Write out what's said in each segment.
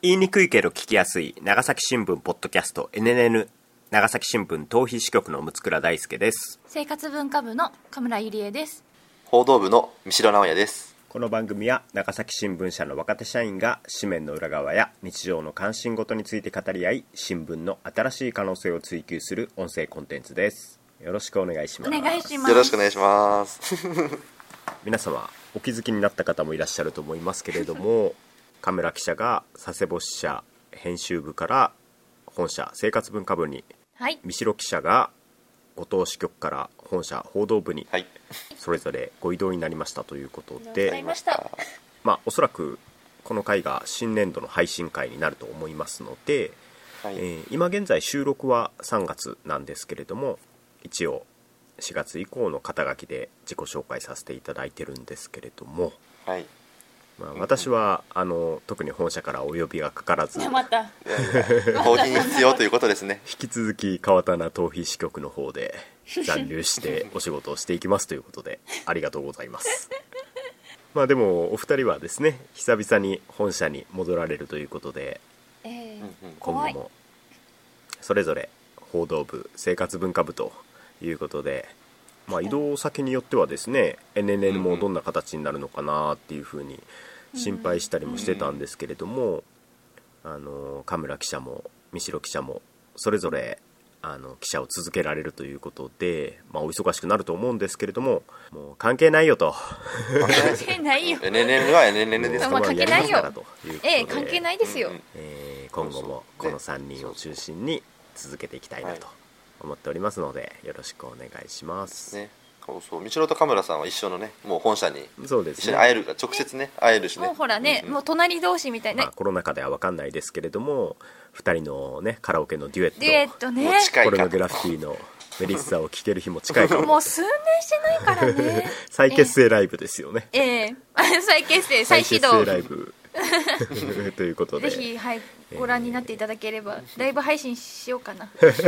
言いにくいけど聞きやすい長崎新聞ポッドキャスト NNN 長崎新聞逃避支局の六倉大輔です。 生活文化部の神村ゆりえです。 報道部の三代直也です。 この番組は長崎新聞社の若手社員が紙面の裏側や日常の関心事について語り合い、新聞の新しい可能性を追求する音声コンテンツです。よろしくお願いします。 お願いします。 よろしくお願いします皆様お気づきになった方もいらっしゃると思いますけれども神村記者が佐世保支社編集部から本社生活文化部に、 はい、 三代記者が五島支局から本社報道部にそれぞれご異動になりましたということで、おそらくこの回が新年度の配信回になると思いますので、はい、今現在収録は3月なんですけれども、一応4月以降の肩書きで自己紹介させていただいてるんですけれども、はい、私は特に本社からお呼びがかからずまた逃避に必要ということですね。 引き続き川棚逃避支局の方で残留してお仕事をしていきますということでありがとうございますでもお二人はですね久々に本社に戻られるということで、今後もそれぞれ報道部生活文化部ということで、移動先によってはですね NNN もどんな形になるのかなっていうふうに心配したりもしてたんですけれども、神村記者も三代記者もそれぞれ記者を続けられるということで、お忙しくなると思うんですけれども、もう関係ないよと関係ないよ NNN は NNN ですから関係ないよ関係ないですよ、 今後もこの3人を中心に続けていきたいなと思っておりますので、よろしくお願いします。 ね、そう三代と神村さんは一緒のね、もう本社に一緒に会える、直接ね会えるしね。 もうほらね、もう隣同士みたいな。 コロナ禍では分かんないですけれども、2人のねカラオケのデュエットね、 これのグラフィティのメリッサを聴ける日も近いかも。 もう数年してないからね再結成ライブですよね。 再結成再始動再結成ライブということでぜひ、ご覧になっていただければ、ライブ配信しようかな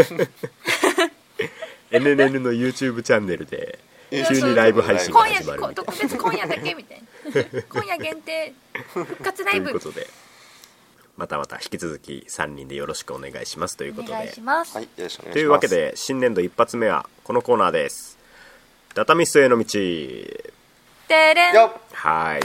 NNN の YouTube チャンネルで急にライブ配信が始まるみたいな、 特別今夜だけみたいな今夜限定復活ライブということで、また引き続き3人でよろしくお願いしますということで、 お願いします。 はい、よろしくお願いします。 というわけで新年度一発目はこのコーナーです。ダタミストへの道。 てれん。 はい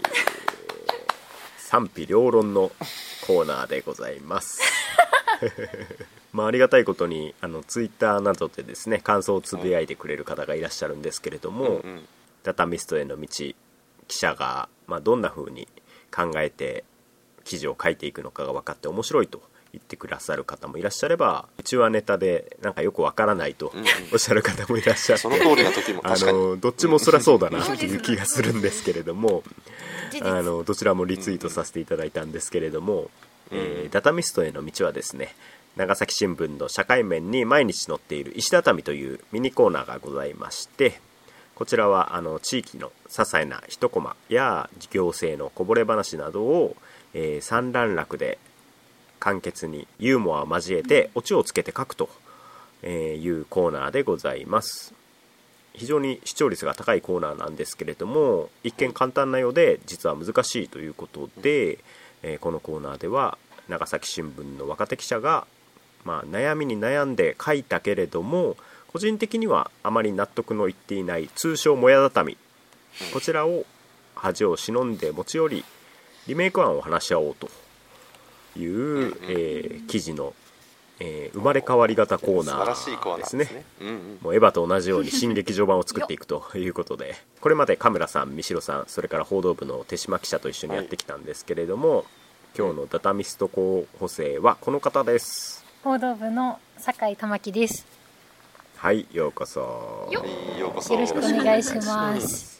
賛否両論のコーナーでございますありがたいことにツイッターなどでですね感想をつぶやいてくれる方がいらっしゃるんですけれども、ダタミストへの道、記者がどんな風に考えて記事を書いていくのかが分かって面白いと言ってくださる方もいらっしゃれば、うちはネタでなんかよく分からないとおっしゃる方もいらっしゃって、 その通りな時も確かにどっちもそりゃそうだなっていう気がするんですけれどもどちらもリツイートさせていただいたんですけれども、ダタミストへの道はですね、長崎新聞の社会面に毎日載っている石畳というミニコーナーがございまして、こちらは地域の些細な一コマや行政のこぼれ話などを、三段落で簡潔にユーモアを交えてオチをつけて書くというコーナーでございます。非常に視聴率が高いコーナーなんですけれども、一見簡単なようで実は難しいということで、このコーナーでは長崎新聞の若手記者が、悩みに悩んで書いたけれども個人的にはあまり納得のいっていない通称もや畳、こちらを恥を忍んで持ち寄りリメイク案を話し合おうという、記事の生まれ変わり型コーナーですね。もうエヴァと同じように新劇場版を作っていくということで、これまで神村さん、三代さん、それから報道部の手島記者と一緒にやってきたんですけれども、今日のダタミスト候補生はこの方です。 報道部の酒井玉木です。 はい、ようこそ。 よろしくお願いします。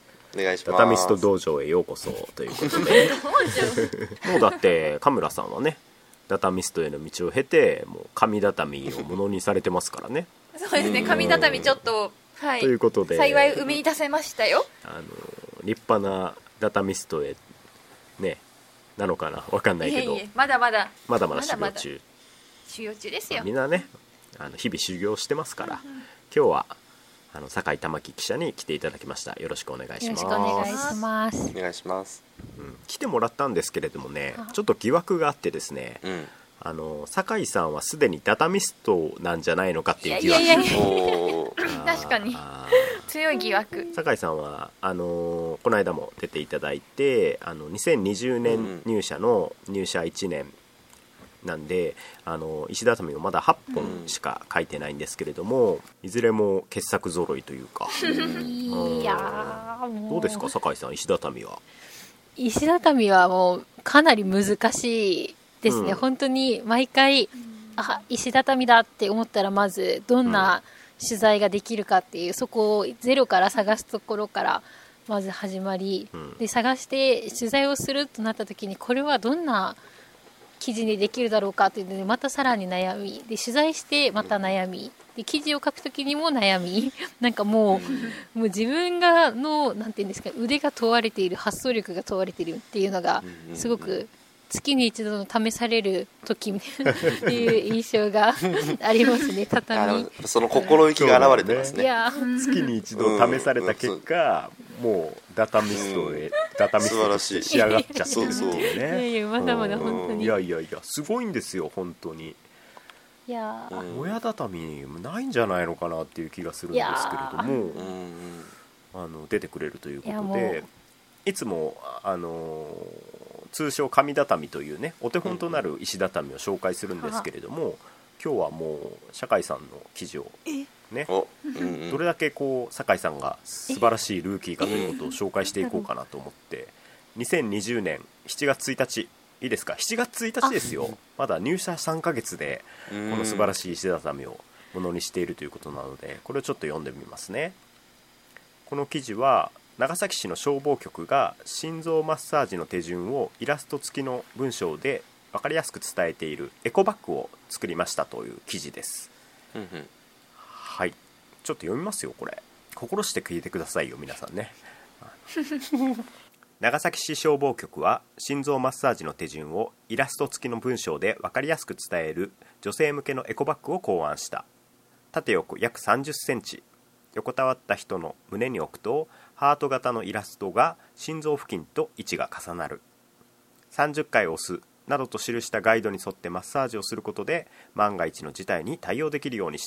ダタミスト道場へようこそということでもうだって神村さんはねダタミストへの道を経てもう紙畳をものにされてますからねそうですね、紙畳ちょっと、 ということで幸い生み出せましたよ。 立派なダタミストへねなのかな、分かんないけど、 まだまだ修行中ですよ。 みんなね日々修行してますから、今日は酒井玉木記者に来ていただきました。よろしくお願いします。 よろしくお願いします。 お願いします。 来てもらったんですけれどもね、ちょっと疑惑があってですね、酒井さんはすでにダタミストなんじゃないのかっていう疑惑。 確かに強い疑惑。 酒井さんはこの間も出ていただいて、2020年入社の入社1年なんで、石畳をまだ8本しか書いてないんですけれども、いずれも傑作揃いというかいやもうどうですか酒井さん、石畳は。 石畳はもうかなり難しいですね、本当に毎回石畳だって思ったら、まずどんな取材ができるかっていう、そこをゼロから探すところからまず始まり、で探して取材をするとなった時に、これはどんな記事にできるだろうかというのでまたさらに悩みで、取材してまた悩みで、記事を書くときにも悩みなんかもう自分がのなんていうんですか、腕が問われている、発想力が問われているっていうのがすごく月に一度の試される時みたいなっていう印象がありますね。畳その心意気が現れてますね。 いや月に一度試された結果、もうダタミストで、ダタミストとして仕上がっちゃってるっていうね。 いやまだまだ本当に、 いやすごいんですよ本当に。 いや親畳ないんじゃないのかなっていう気がするんですけれども、出てくれるということで、いつも通称紙畳というね、お手本となる石畳を紹介するんですけれども、今日はもう酒井さんの記事をね、どれだけこう酒井さんが素晴らしいルーキーかということを紹介していこうかなと思って、2020年7月1日いいですか、7月1日ですよ。まだ入社3ヶ月でこの素晴らしい石畳をものにしているということなので、これをちょっと読んでみますね。この記事は長崎市の消防局が心臓マッサージの手順をイラスト付きの文章で分かりやすく伝えているエコバッグを作りましたという記事です。はい、ちょっと読みますよ。これ心して聞いてくださいよ皆さんね。長崎市消防局は心臓マッサージの手順をイラスト付きの文章で分かりやすく伝える女性向けのエコバッグを考案した。縦横約30センチ、横たわった人の胸に置くとハート型のイラストが心臓付近と位置が重なる。30回押すなどと記したガイドに沿ってマッサージをすることで万が一の事態に対応できるようにした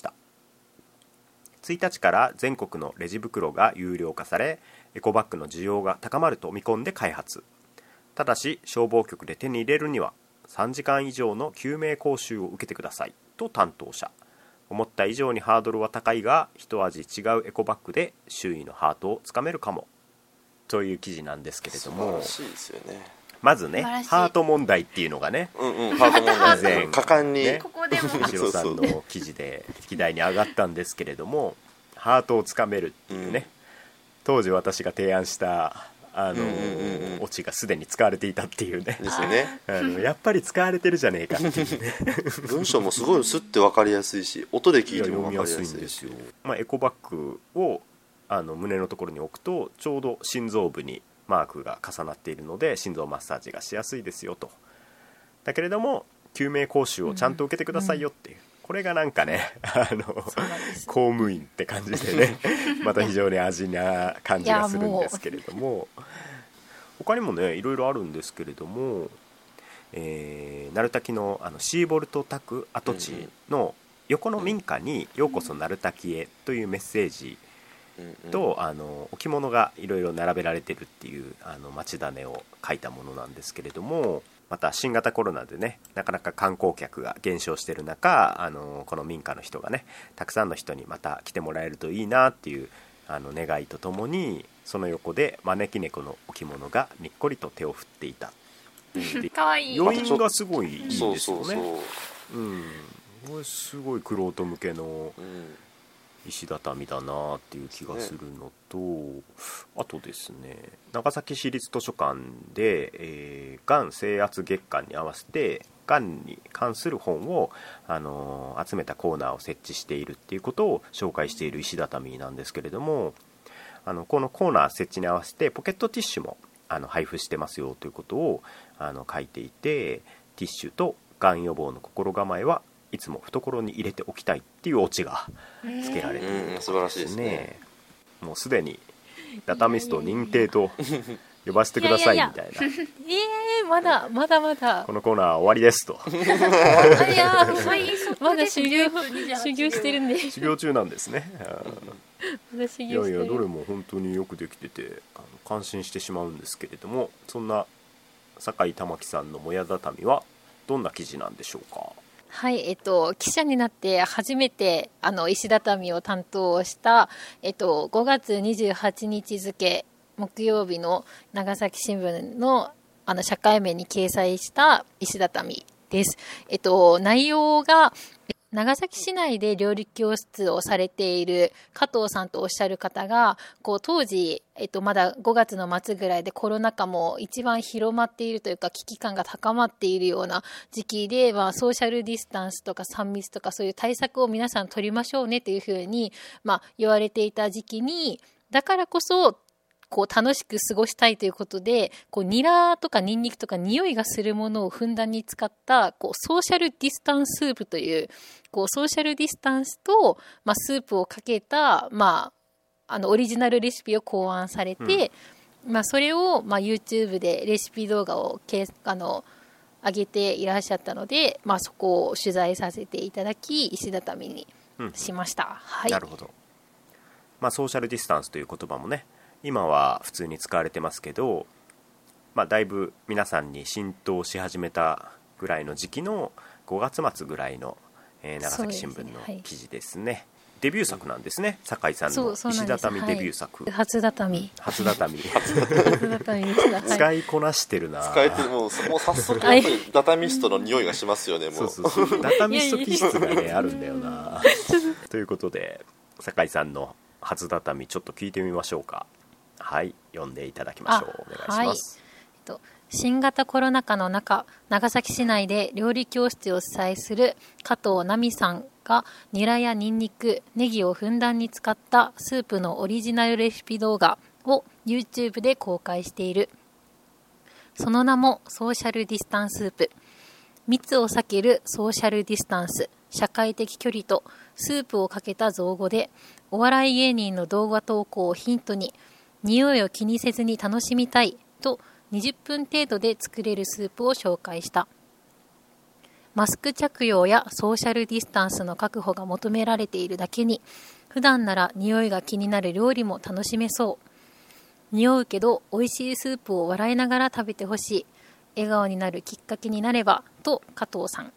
。1日から全国のレジ袋が有料化され、エコバッグの需要が高まると見込んで開発。ただし消防局で手に入れるには3時間以上の救命講習を受けてくださいと担当者。思った以上にハードルは高いが一味違うエコバッグで周囲のハートをつかめるかもという記事なんですけれども、 素晴らしいですよね。 まずねハート問題っていうのがね、 ハート問題以前果敢に、 ここでも石尾さんの記事で議題に上がったんですけれども、ハートをつかめるっていうね、当時私が提案したオチがすでに使われていたっていうね。 ですよね。 やっぱり使われてるじゃねえかっていうね。 文章もすごいスッて分かりやすいし、音で聞いても分かりやすいし。 読みやすいんですよ。エコバッグを胸のところに置くとちょうど心臓部にマークが重なっているので心臓マッサージがしやすいですよと。だけれども救命講習をちゃんと受けてくださいよっていう、これがなんかね公務員って感じでねまた非常に味な感じがするんですけれども、他にもねいろいろあるんですけれども、鳴滝のシーボルト宅跡地の横の民家にようこそ鳴滝へというメッセージと置物がいろいろ並べられてるっていう町種を書いたものなんですけれども、また新型コロナでねなかなか観光客が減少している中、この民家の人がねたくさんの人にまた来てもらえるといいなっていう願いとともに、その横で招き猫の置物がにっこりと手を振っていた。 かわいい。 余韻がすごいいいですよね。 そうこれすごい玄人向けの石畳だなっていう気がするのと、あとですね、長崎市立図書館で、がん征圧月間に合わせてがんに関する本を、集めたコーナーを設置しているっていうことを紹介している石畳なんですけれども、このコーナー設置に合わせてポケットティッシュも配布してますよということを書いていて、ティッシュとがん予防の心構えはいつも懐に入れておきたいっていうオチがつけられている、 素晴らしいですね。 もうすでにダタミスト認定と呼ばせてくださいみたいな。 まだこのコーナー終わりですと。 まだ修行してるんで。 修行中なんですね。 いやどれも本当によくできてて感心してしまうんですけれども、そんな酒井玉樹さんのもや畳はどんな記事なんでしょうか。 はい、記者になって初めて石畳を担当した、5月28日付木曜日の長崎新聞の社会面に掲載した石畳です。内容が長崎市内で料理教室をされている加藤さんとおっしゃる方が、当時、まだ5月の末ぐらいでコロナ禍も一番広まっているというか危機感が高まっているような時期で、ソーシャルディスタンスとか3密とかそういう対策を皆さん取りましょうねというふうに、言われていた時期に、だからこそ楽しく過ごしたいということで、ニラとかニンニクとか匂いがするものをふんだんに使ったソーシャルディスタンススープというソーシャルディスタンスと、スープをかけた、オリジナルレシピを考案されて、それを、YouTube でレシピ動画を上げていらっしゃったので、そこを取材させていただき石畳にしました、はい、 なるほど。ソーシャルディスタンスという言葉もね、今は普通に使われてますけど、だいぶ皆さんに浸透し始めたぐらいの時期の5月末ぐらいの、長崎新聞の記事ですね。デビュー作なんですね、酒井さんの石畳デビュー作。 初畳初畳使いこなしてるな。 使えてもう早速やっぱりダタミストの匂いがしますよね。もうそうダタミスト気質がねあるんだよなということで酒井さんの初畳ちょっと聞いてみましょうか。はい、読んでいただきましょう。お願いします。 新型コロナ禍の中、長崎市内で料理教室を主催する加藤奈美さんがニラやニンニク、ネギをふんだんに使ったスープのオリジナルレシピ動画を YouTube で公開している。その名もソーシャルディスタンススープ。密を避けるソーシャルディスタンス、社会的距離とスープをかけた造語で、お笑い芸人の動画投稿をヒントに匂いを気にせずに楽しみたいと20分程度で作れるスープを紹介した。マスク着用やソーシャルディスタンスの確保が求められているだけに、普段なら匂いが気になる料理も楽しめそう。匂うけど美味しいスープを笑いながら食べてほしい。笑顔になるきっかけになればと加藤さん。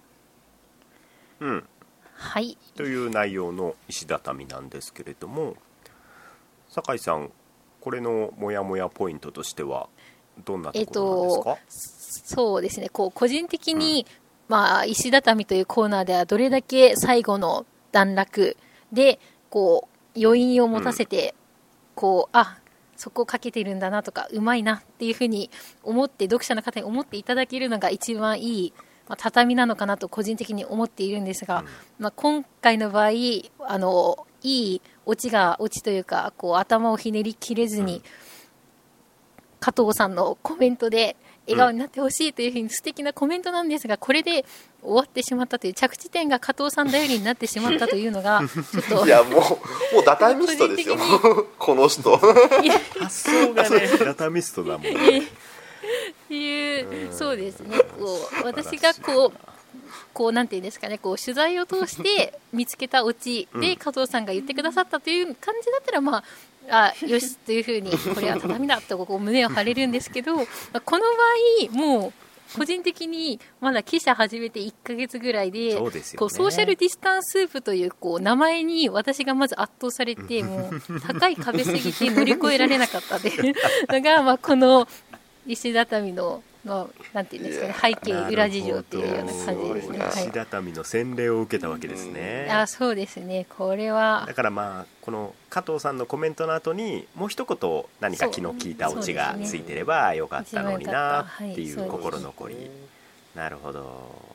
はい。 という内容の石畳なんですけれども、酒井さん、これのモヤモヤポイントとしてはどんなところなんですか？ そうですね、個人的に、石畳というコーナーではどれだけ最後の段落で余韻を持たせて、そこをかけてるんだなとかうまいなっていうふうに思って読者の方に思っていただけるのが一番いい、畳なのかなと個人的に思っているんですが、今回の場合いいオチというか頭をひねりきれずに、加藤さんのコメントで笑顔になってほしいというふうに素敵なコメントなんですが、これで終わってしまったという着地点が加藤さん頼りになってしまったというのがちょっといやもうダタミストですよこの人発想がねダタミストだもんねそうですね、私がなんていうんですかね、取材を通して見つけたオチで加藤さんが言ってくださったという感じだったら、よしというふうにこれは畳だと胸を張れるんですけど、この場合もう個人的にまだ記者始めて1ヶ月ぐらいで、 そうですよね、 ソーシャルディスタンススープという名前に私がまず圧倒されて、もう高い壁すぎて乗り越えられなかったというのが、この石畳のなんていうんですかね、背景裏事情っていうような感じですね。 石畳の洗礼を受けたわけですね。 そうですね、これはだからこの加藤さんのコメントの後にもう一言何か気の利いたオチがついてればよかったのになっていう心残り。なるほど。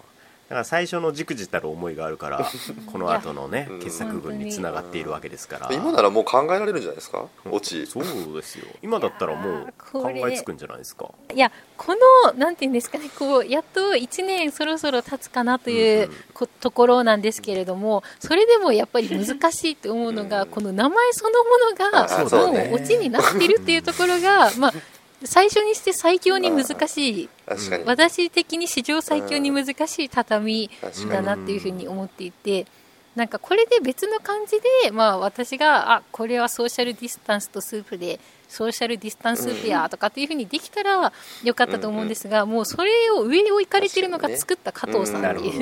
から最初のじくじたる思いがあるからこの後のね傑作群につながっているわけですから、 今ならもう考えられるんじゃないですか、オチ。 そうですよ、今だったらもう考えつくんじゃないですか。 いや、このなんていうんですかね、こうやっと1年そろそろ経つかなという、ところなんですけれども、それでもやっぱり難しいと思うのが、この名前そのものがもうオチになってるっていうところが、まあ最初にして最強に難しい、私的に史上最強に難しい畳だなっていうふうに思っていて、なんかこれで別の感じで、まあ、私がこれはソーシャルディスタンスとスープでソーシャルディスタンスープやとかっていうふうにできたらよかったと思うんですが、もうそれを上を行かれてるのが作った加藤さんっていう、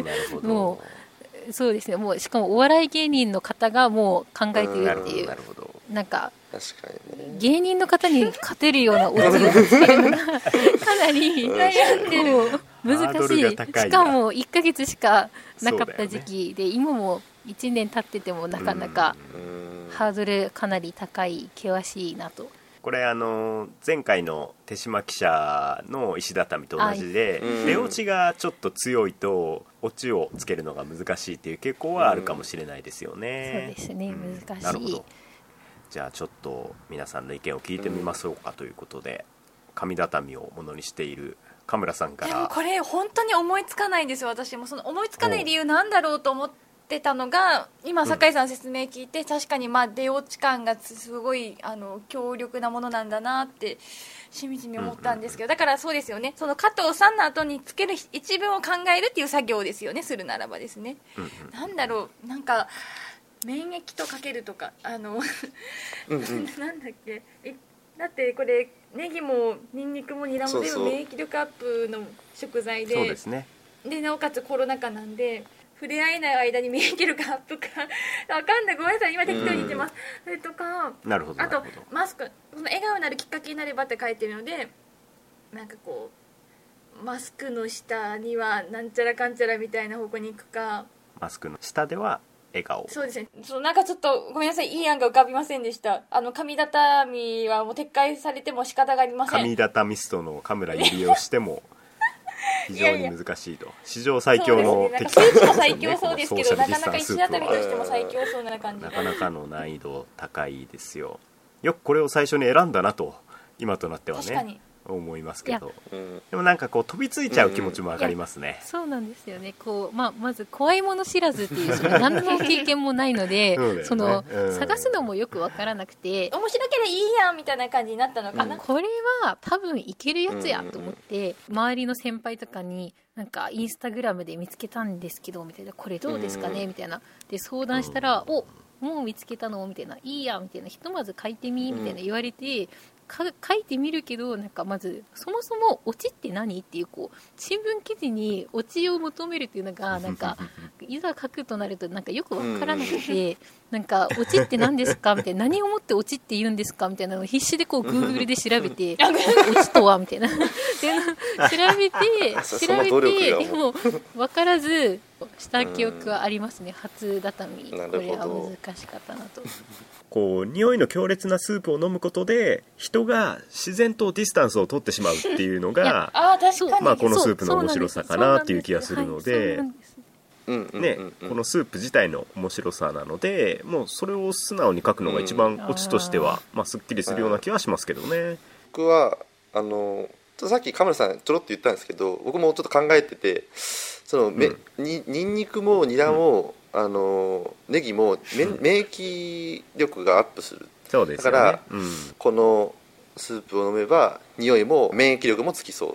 もうそうですね、もうしかもお笑い芸人の方がもう考えてるっていう、なんか確かにね、 芸人の方に勝てるようなオチをつけるのがかなりでも難しい。しかも1ヶ月しかなかった時期で、今も1年経っててもなかなかハードルかなり高い、険しいなと。 これ前回の手島記者の石畳と同じで、出落ちがちょっと強いとオチをつけるのが難しいっていう傾向はあるかもしれないですよね。 そうですね、難しい。 なるほど。じゃあちょっと皆さんの意見を聞いてみましょうかということで、紙畳をものにしている神村さんから。 でもこれ本当に思いつかないんですよ。私もその思いつかない理由なんだろうと思ってたのが、今酒井さん説明聞いて、確かにまあ出落ち感がすごい強力なものなんだなってしみじみ思ったんですけど、だからそうですよね、その加藤さんの後につける一文を考えるっていう作業ですよね、するならばですね。なんだろう、なんか免疫とかけるとかなんだっけ、だってこれネギもニンニクもニラも全部免疫力アップの食材で、 そうですね。 でなおかつコロナ禍なんで触れ合えない間に免疫力アップかわかんない、ごめんなさい今適当に言ってます。それとか、 なるほど、 あとマスク、その笑顔になるきっかけになればって書いてるので、なんかこうマスクの下にはなんちゃらかんちゃらみたいな方向に行くか、 マスクの下では笑顔。 そうですね、なんかちょっとごめんなさい、いい案が浮かびませんでした。紙畳はもう撤回されても仕方がありません。 紙畳ストのカムラ入りをしても非常に難しいと。史上最強の敵数値も最強そうですけど、なかなか石畳としても最強そうな感じで、 なかなかの難易度高いですよ。よくこれを最初に選んだなと今となってはね、確かに思いますけど、でもなんかこう飛びついちゃう気持ちも分かりますね。 そうなんですよね。こう、まず怖いもの知らずっていう、その何の経験もないのでその探すのもよく分からなくて、 面白ければいいやんみたいな感じになったのかな、 これは多分いけるやつやと思って、周りの先輩とかになんかインスタグラムで見つけたんですけどみたいな、これどうですかねみたいなで相談したら、もう見つけたのみたいな、いいやみたいな、ひとまず書いてみみたいな言われて、書いてみるけど、なんかまずそもそもオチって何っていう、こう新聞記事にオチを求めるっていうのがなんかいざ書くとなるとなんかよく分からなくて、なんかオチって何ですかみたいな、何をもってオチって言うんですかみたいなのを必死でこう Google で調べてオチとはみたいなっていうのを調べてでも分からずした記憶はありますね。初畳、これは難しかったなと。 こう匂いの強烈なスープを飲むことで人が自然とディスタンスを取ってしまうっていうのがまあこのスープの面白さかなっていう気がするので、ね、このスープ自体の面白さなので、もうそれを素直に書くのが一番オチとしてはまあすっきりするような気はしますけどね。 僕はちょっとさっきカメラさんちょろっと言ったんですけど、僕もちょっと考えてて、ニンニクもニラも、ネギも免疫力がアップする。 そうですよね。 だから、このスープを飲めば匂いも免疫力もつきそう。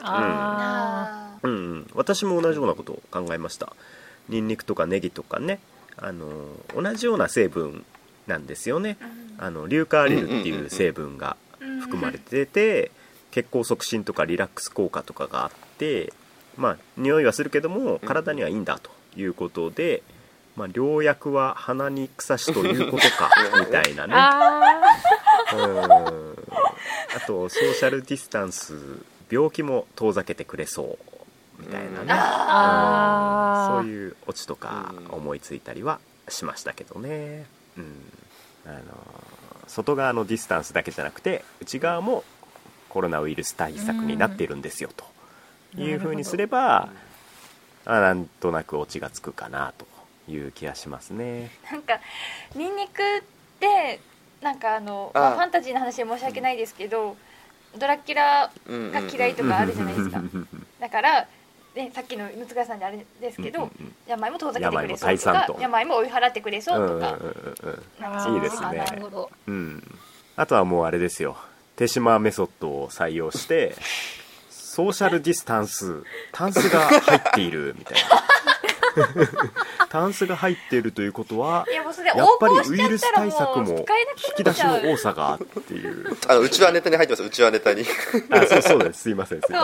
私も同じようなことを考えました。ニンニクとかネギとかね、同じような成分なんですよね。硫化アリルっていう成分が含まれてて、血行促進とかリラックス効果とかがあって、まあ匂いはするけども体にはいいんだということで、まあ良薬は鼻に草しということかみたいなね。あとソーシャルディスタンス、病気も遠ざけてくれそうみたいなね。そういうオチとか思いついたりはしましたけどね。外側のディスタンスだけじゃなくて内側もコロナウイルス対策になっているんですよというふうにすれば、 なんとなくオチがつくかなという気がしますね。 なんかニンニクってなんかファンタジーの話で申し訳ないですけど、ドラキュラが嫌いとかあるじゃないですか。だから、ね、さっきの六倉さんであれですけど、病も遠ざけてくれそうとか、病も追い払ってくれそうとか、 いいですね。 なるほど。 あとはもうあれですよ、手島メソッドを採用してソーシャルディスタンス、タンスが入っているみたいなタンスが入っているということはやっぱりウイルス対策も引き出しの多さがっていううちはネタに入ってます。うちはネタにそうです、すいません。 そう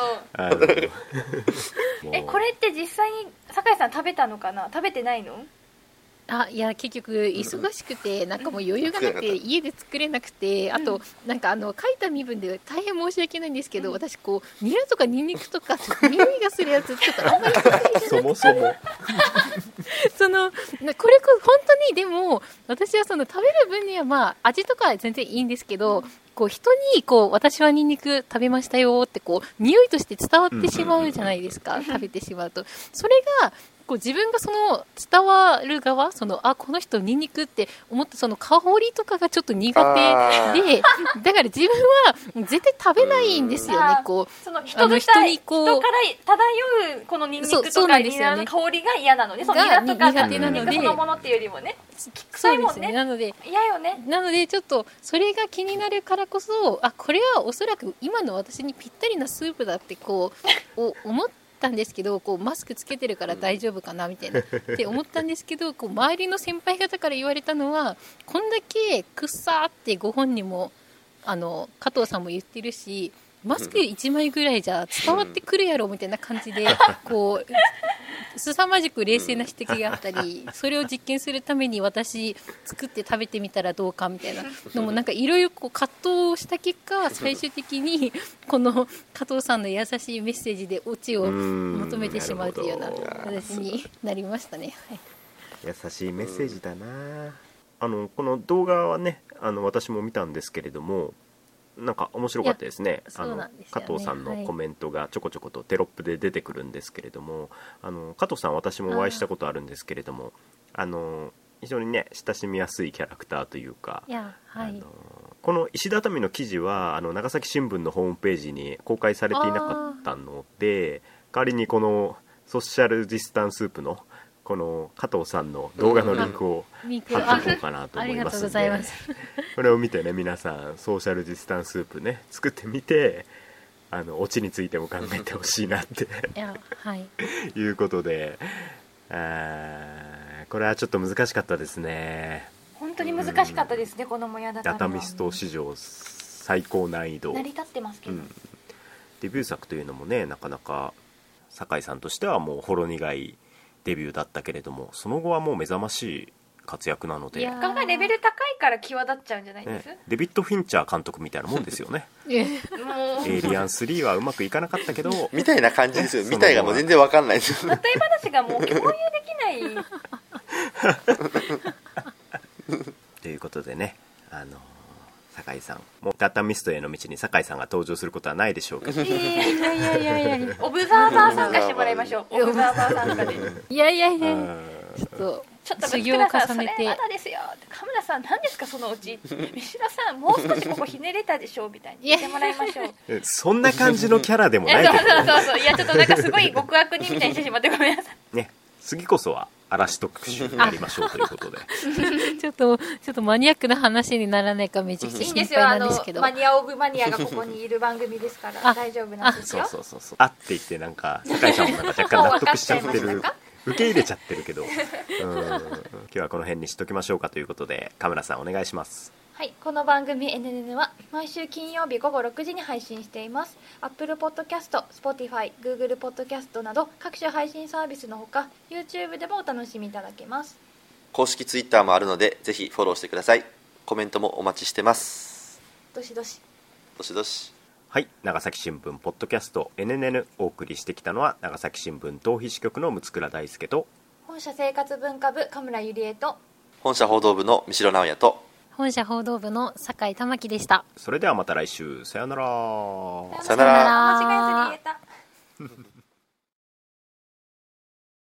これって実際に酒井さん食べたのかな、食べてないの？ いや結局忙しくてなんかもう余裕がなくて家で作れなくて、あとなんか書いた身分で大変申し訳ないんですけど、私こうニラとかニンニクとか匂いがするやつちょっとあんまり得意じゃなくてそもそもこれ本当にでも私はその食べる分にはまあ味とかは全然いいんですけど、こう人にこう私はニンニク食べましたよってこう匂いとして伝わってしまうじゃないですか、食べてしまうと。それがこう自分がその伝わる側、この人ニンニクって思ったその香りとかがちょっと苦手で、だから自分は絶対食べないんですよね。こうその人にこう人から漂うこのニンニクとかニラの香りが嫌なのね。そのニラとか苦手なので、 そのものっていうよりもね、臭いもんね。 なので嫌よね。 なのでちょっとそれが気になるからこそ、これはおそらく今の私にぴったりなスープだってこう思ったんですけど、こうマスクつけてるから大丈夫かなみたいなって思ったんですけど、こう周りの先輩方から言われたのは、こんだけくっさーってご本人も加藤さんも言ってるし、マスク1枚ぐらいじゃ伝わってくるやろみたいな感じでこう凄まじく冷静な指摘があったり、それを実験するために私作って食べてみたらどうかみたいなのもなんかいろいろ葛藤をした結果、最終的にこの加藤さんの優しいメッセージでオチを求めてしまうというような形になりましたね。 優しいメッセージだな。この動画はね、私も見たんですけれども、なんか面白かったですね。加藤さんのコメントがちょこちょことテロップで出てくるんですけれども、加藤さん私もお会いしたことあるんですけれども、非常にね親しみやすいキャラクターというか、この石畳の記事は長崎新聞のホームページに公開されていなかったので、代わりにこのソーシャルディスタンスープのこの加藤さんの動画のリンクを貼っておこうかなと思いますので、これを見てね、皆さんソーシャルディスタンスープね作ってみて、オチについても考えてほしいなっていうことで、これはちょっと難しかったですね。 本当に難しかったですね、このもやだダタミスト史上最高難易度、 成り立ってますけど、 デビュー作というのもね、なかなか酒井さんとしてはもうほろ苦いデビューだったけれども、その後はもう目覚ましい活躍なので、 他がレベル高いから際立っちゃうんじゃないです、 デビッド・フィンチャー監督みたいなもんですよねエイリアン3はうまくいかなかったけどみたいな感じですよ。みたいがもう全然わかんないです例え話がもう共有できないということでね、酒井さんもうダタミストへの道に酒井さんが登場することはないでしょうけど、 いやオブザーバー参加してもらいましょう。オブザーバー参加でちょっと修行を重ねて、 それまだですよ、カムラさん何ですかそのうち、三島さんもう少しここひねれたでしょうみたいに言ってもらいましょうそんな感じのキャラでもないけど、 そういやちょっとなんかすごい極悪人みたいにしてしまってごめんなさいね。次こそは嵐特集になりましょうということでちょっとマニアックな話にならないかめちゃくちゃ心配なんですけど、 マニアオブマニアがここにいる番組ですから大丈夫なんですよ。 そうあって言ってなんか酒井さんもなんか若干納得しちゃってる受け入れちゃってるけど今日はこの辺にしときましょうかということで、カメラさんお願いします。 はい、この番組 NNN は毎週金曜日午後6時に配信しています。 Apple Podcast、Spotify、Google Podcast など各種配信サービスのほか YouTube でもお楽しみいただけます。 公式 Twitter もあるのでぜひフォローしてください。コメントもお待ちしてます。 どしどしどしどし。 はい、長崎新聞ポッドキャスト NNN お送りしてきたのは長崎新聞逃避支局の六倉大輔と本社生活文化部神村ゆりえと本社報道部の三代直也と本社報道部の酒井玉樹でした。 それではまた来週、さよなら。 さよなら。 間違えずに言えた